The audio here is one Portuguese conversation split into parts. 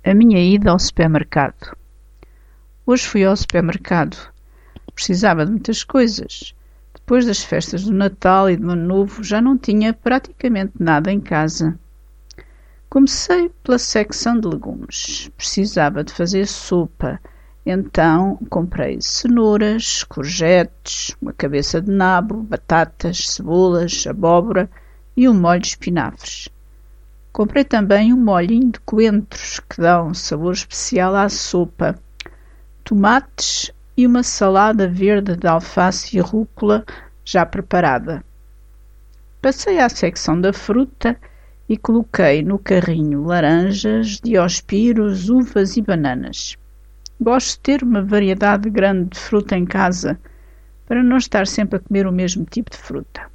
A minha ida ao supermercado. Hoje fui ao supermercado. Precisava de muitas coisas. Depois das festas do Natal e do Ano Novo, já não tinha praticamente nada em casa. Comecei pela secção de legumes. Precisava de fazer sopa. Então comprei cenouras, courgettes, uma cabeça de nabo, batatas, cebolas, abóbora e um molho de espinafres. Comprei também um molhinho de coentros, que dá um sabor especial à sopa, tomates e uma salada verde de alface e rúcula já preparada. Passei à secção da fruta e coloquei no carrinho laranjas, diospiros, uvas e bananas. Gosto de ter uma variedade grande de fruta em casa, para não estar sempre a comer o mesmo tipo de fruta.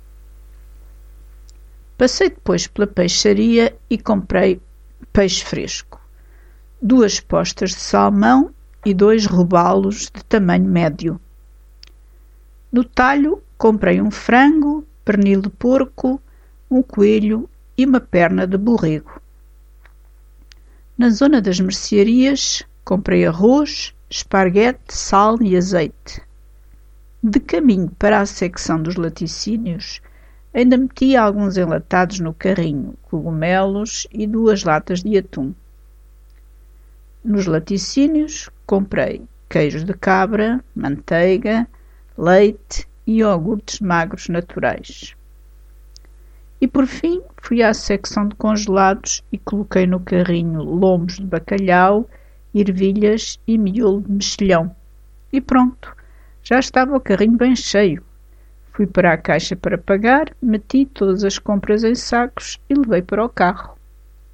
Passei depois pela peixaria e comprei peixe fresco, 2 postas de salmão e 2 robalos de tamanho médio. No talho comprei um frango, pernil de porco, um coelho e uma perna de borrego. Na zona das mercearias comprei arroz, esparguete, sal e azeite. De caminho para a secção dos laticínios, ainda meti alguns enlatados no carrinho, cogumelos e 2 latas de atum. Nos laticínios comprei queijos de cabra, manteiga, leite e iogurtes magros naturais. E por fim fui à secção de congelados e coloquei no carrinho lombos de bacalhau, ervilhas e miolo de mexilhão. E pronto, já estava o carrinho bem cheio. Fui para a caixa para pagar, meti todas as compras em sacos e levei para o carro.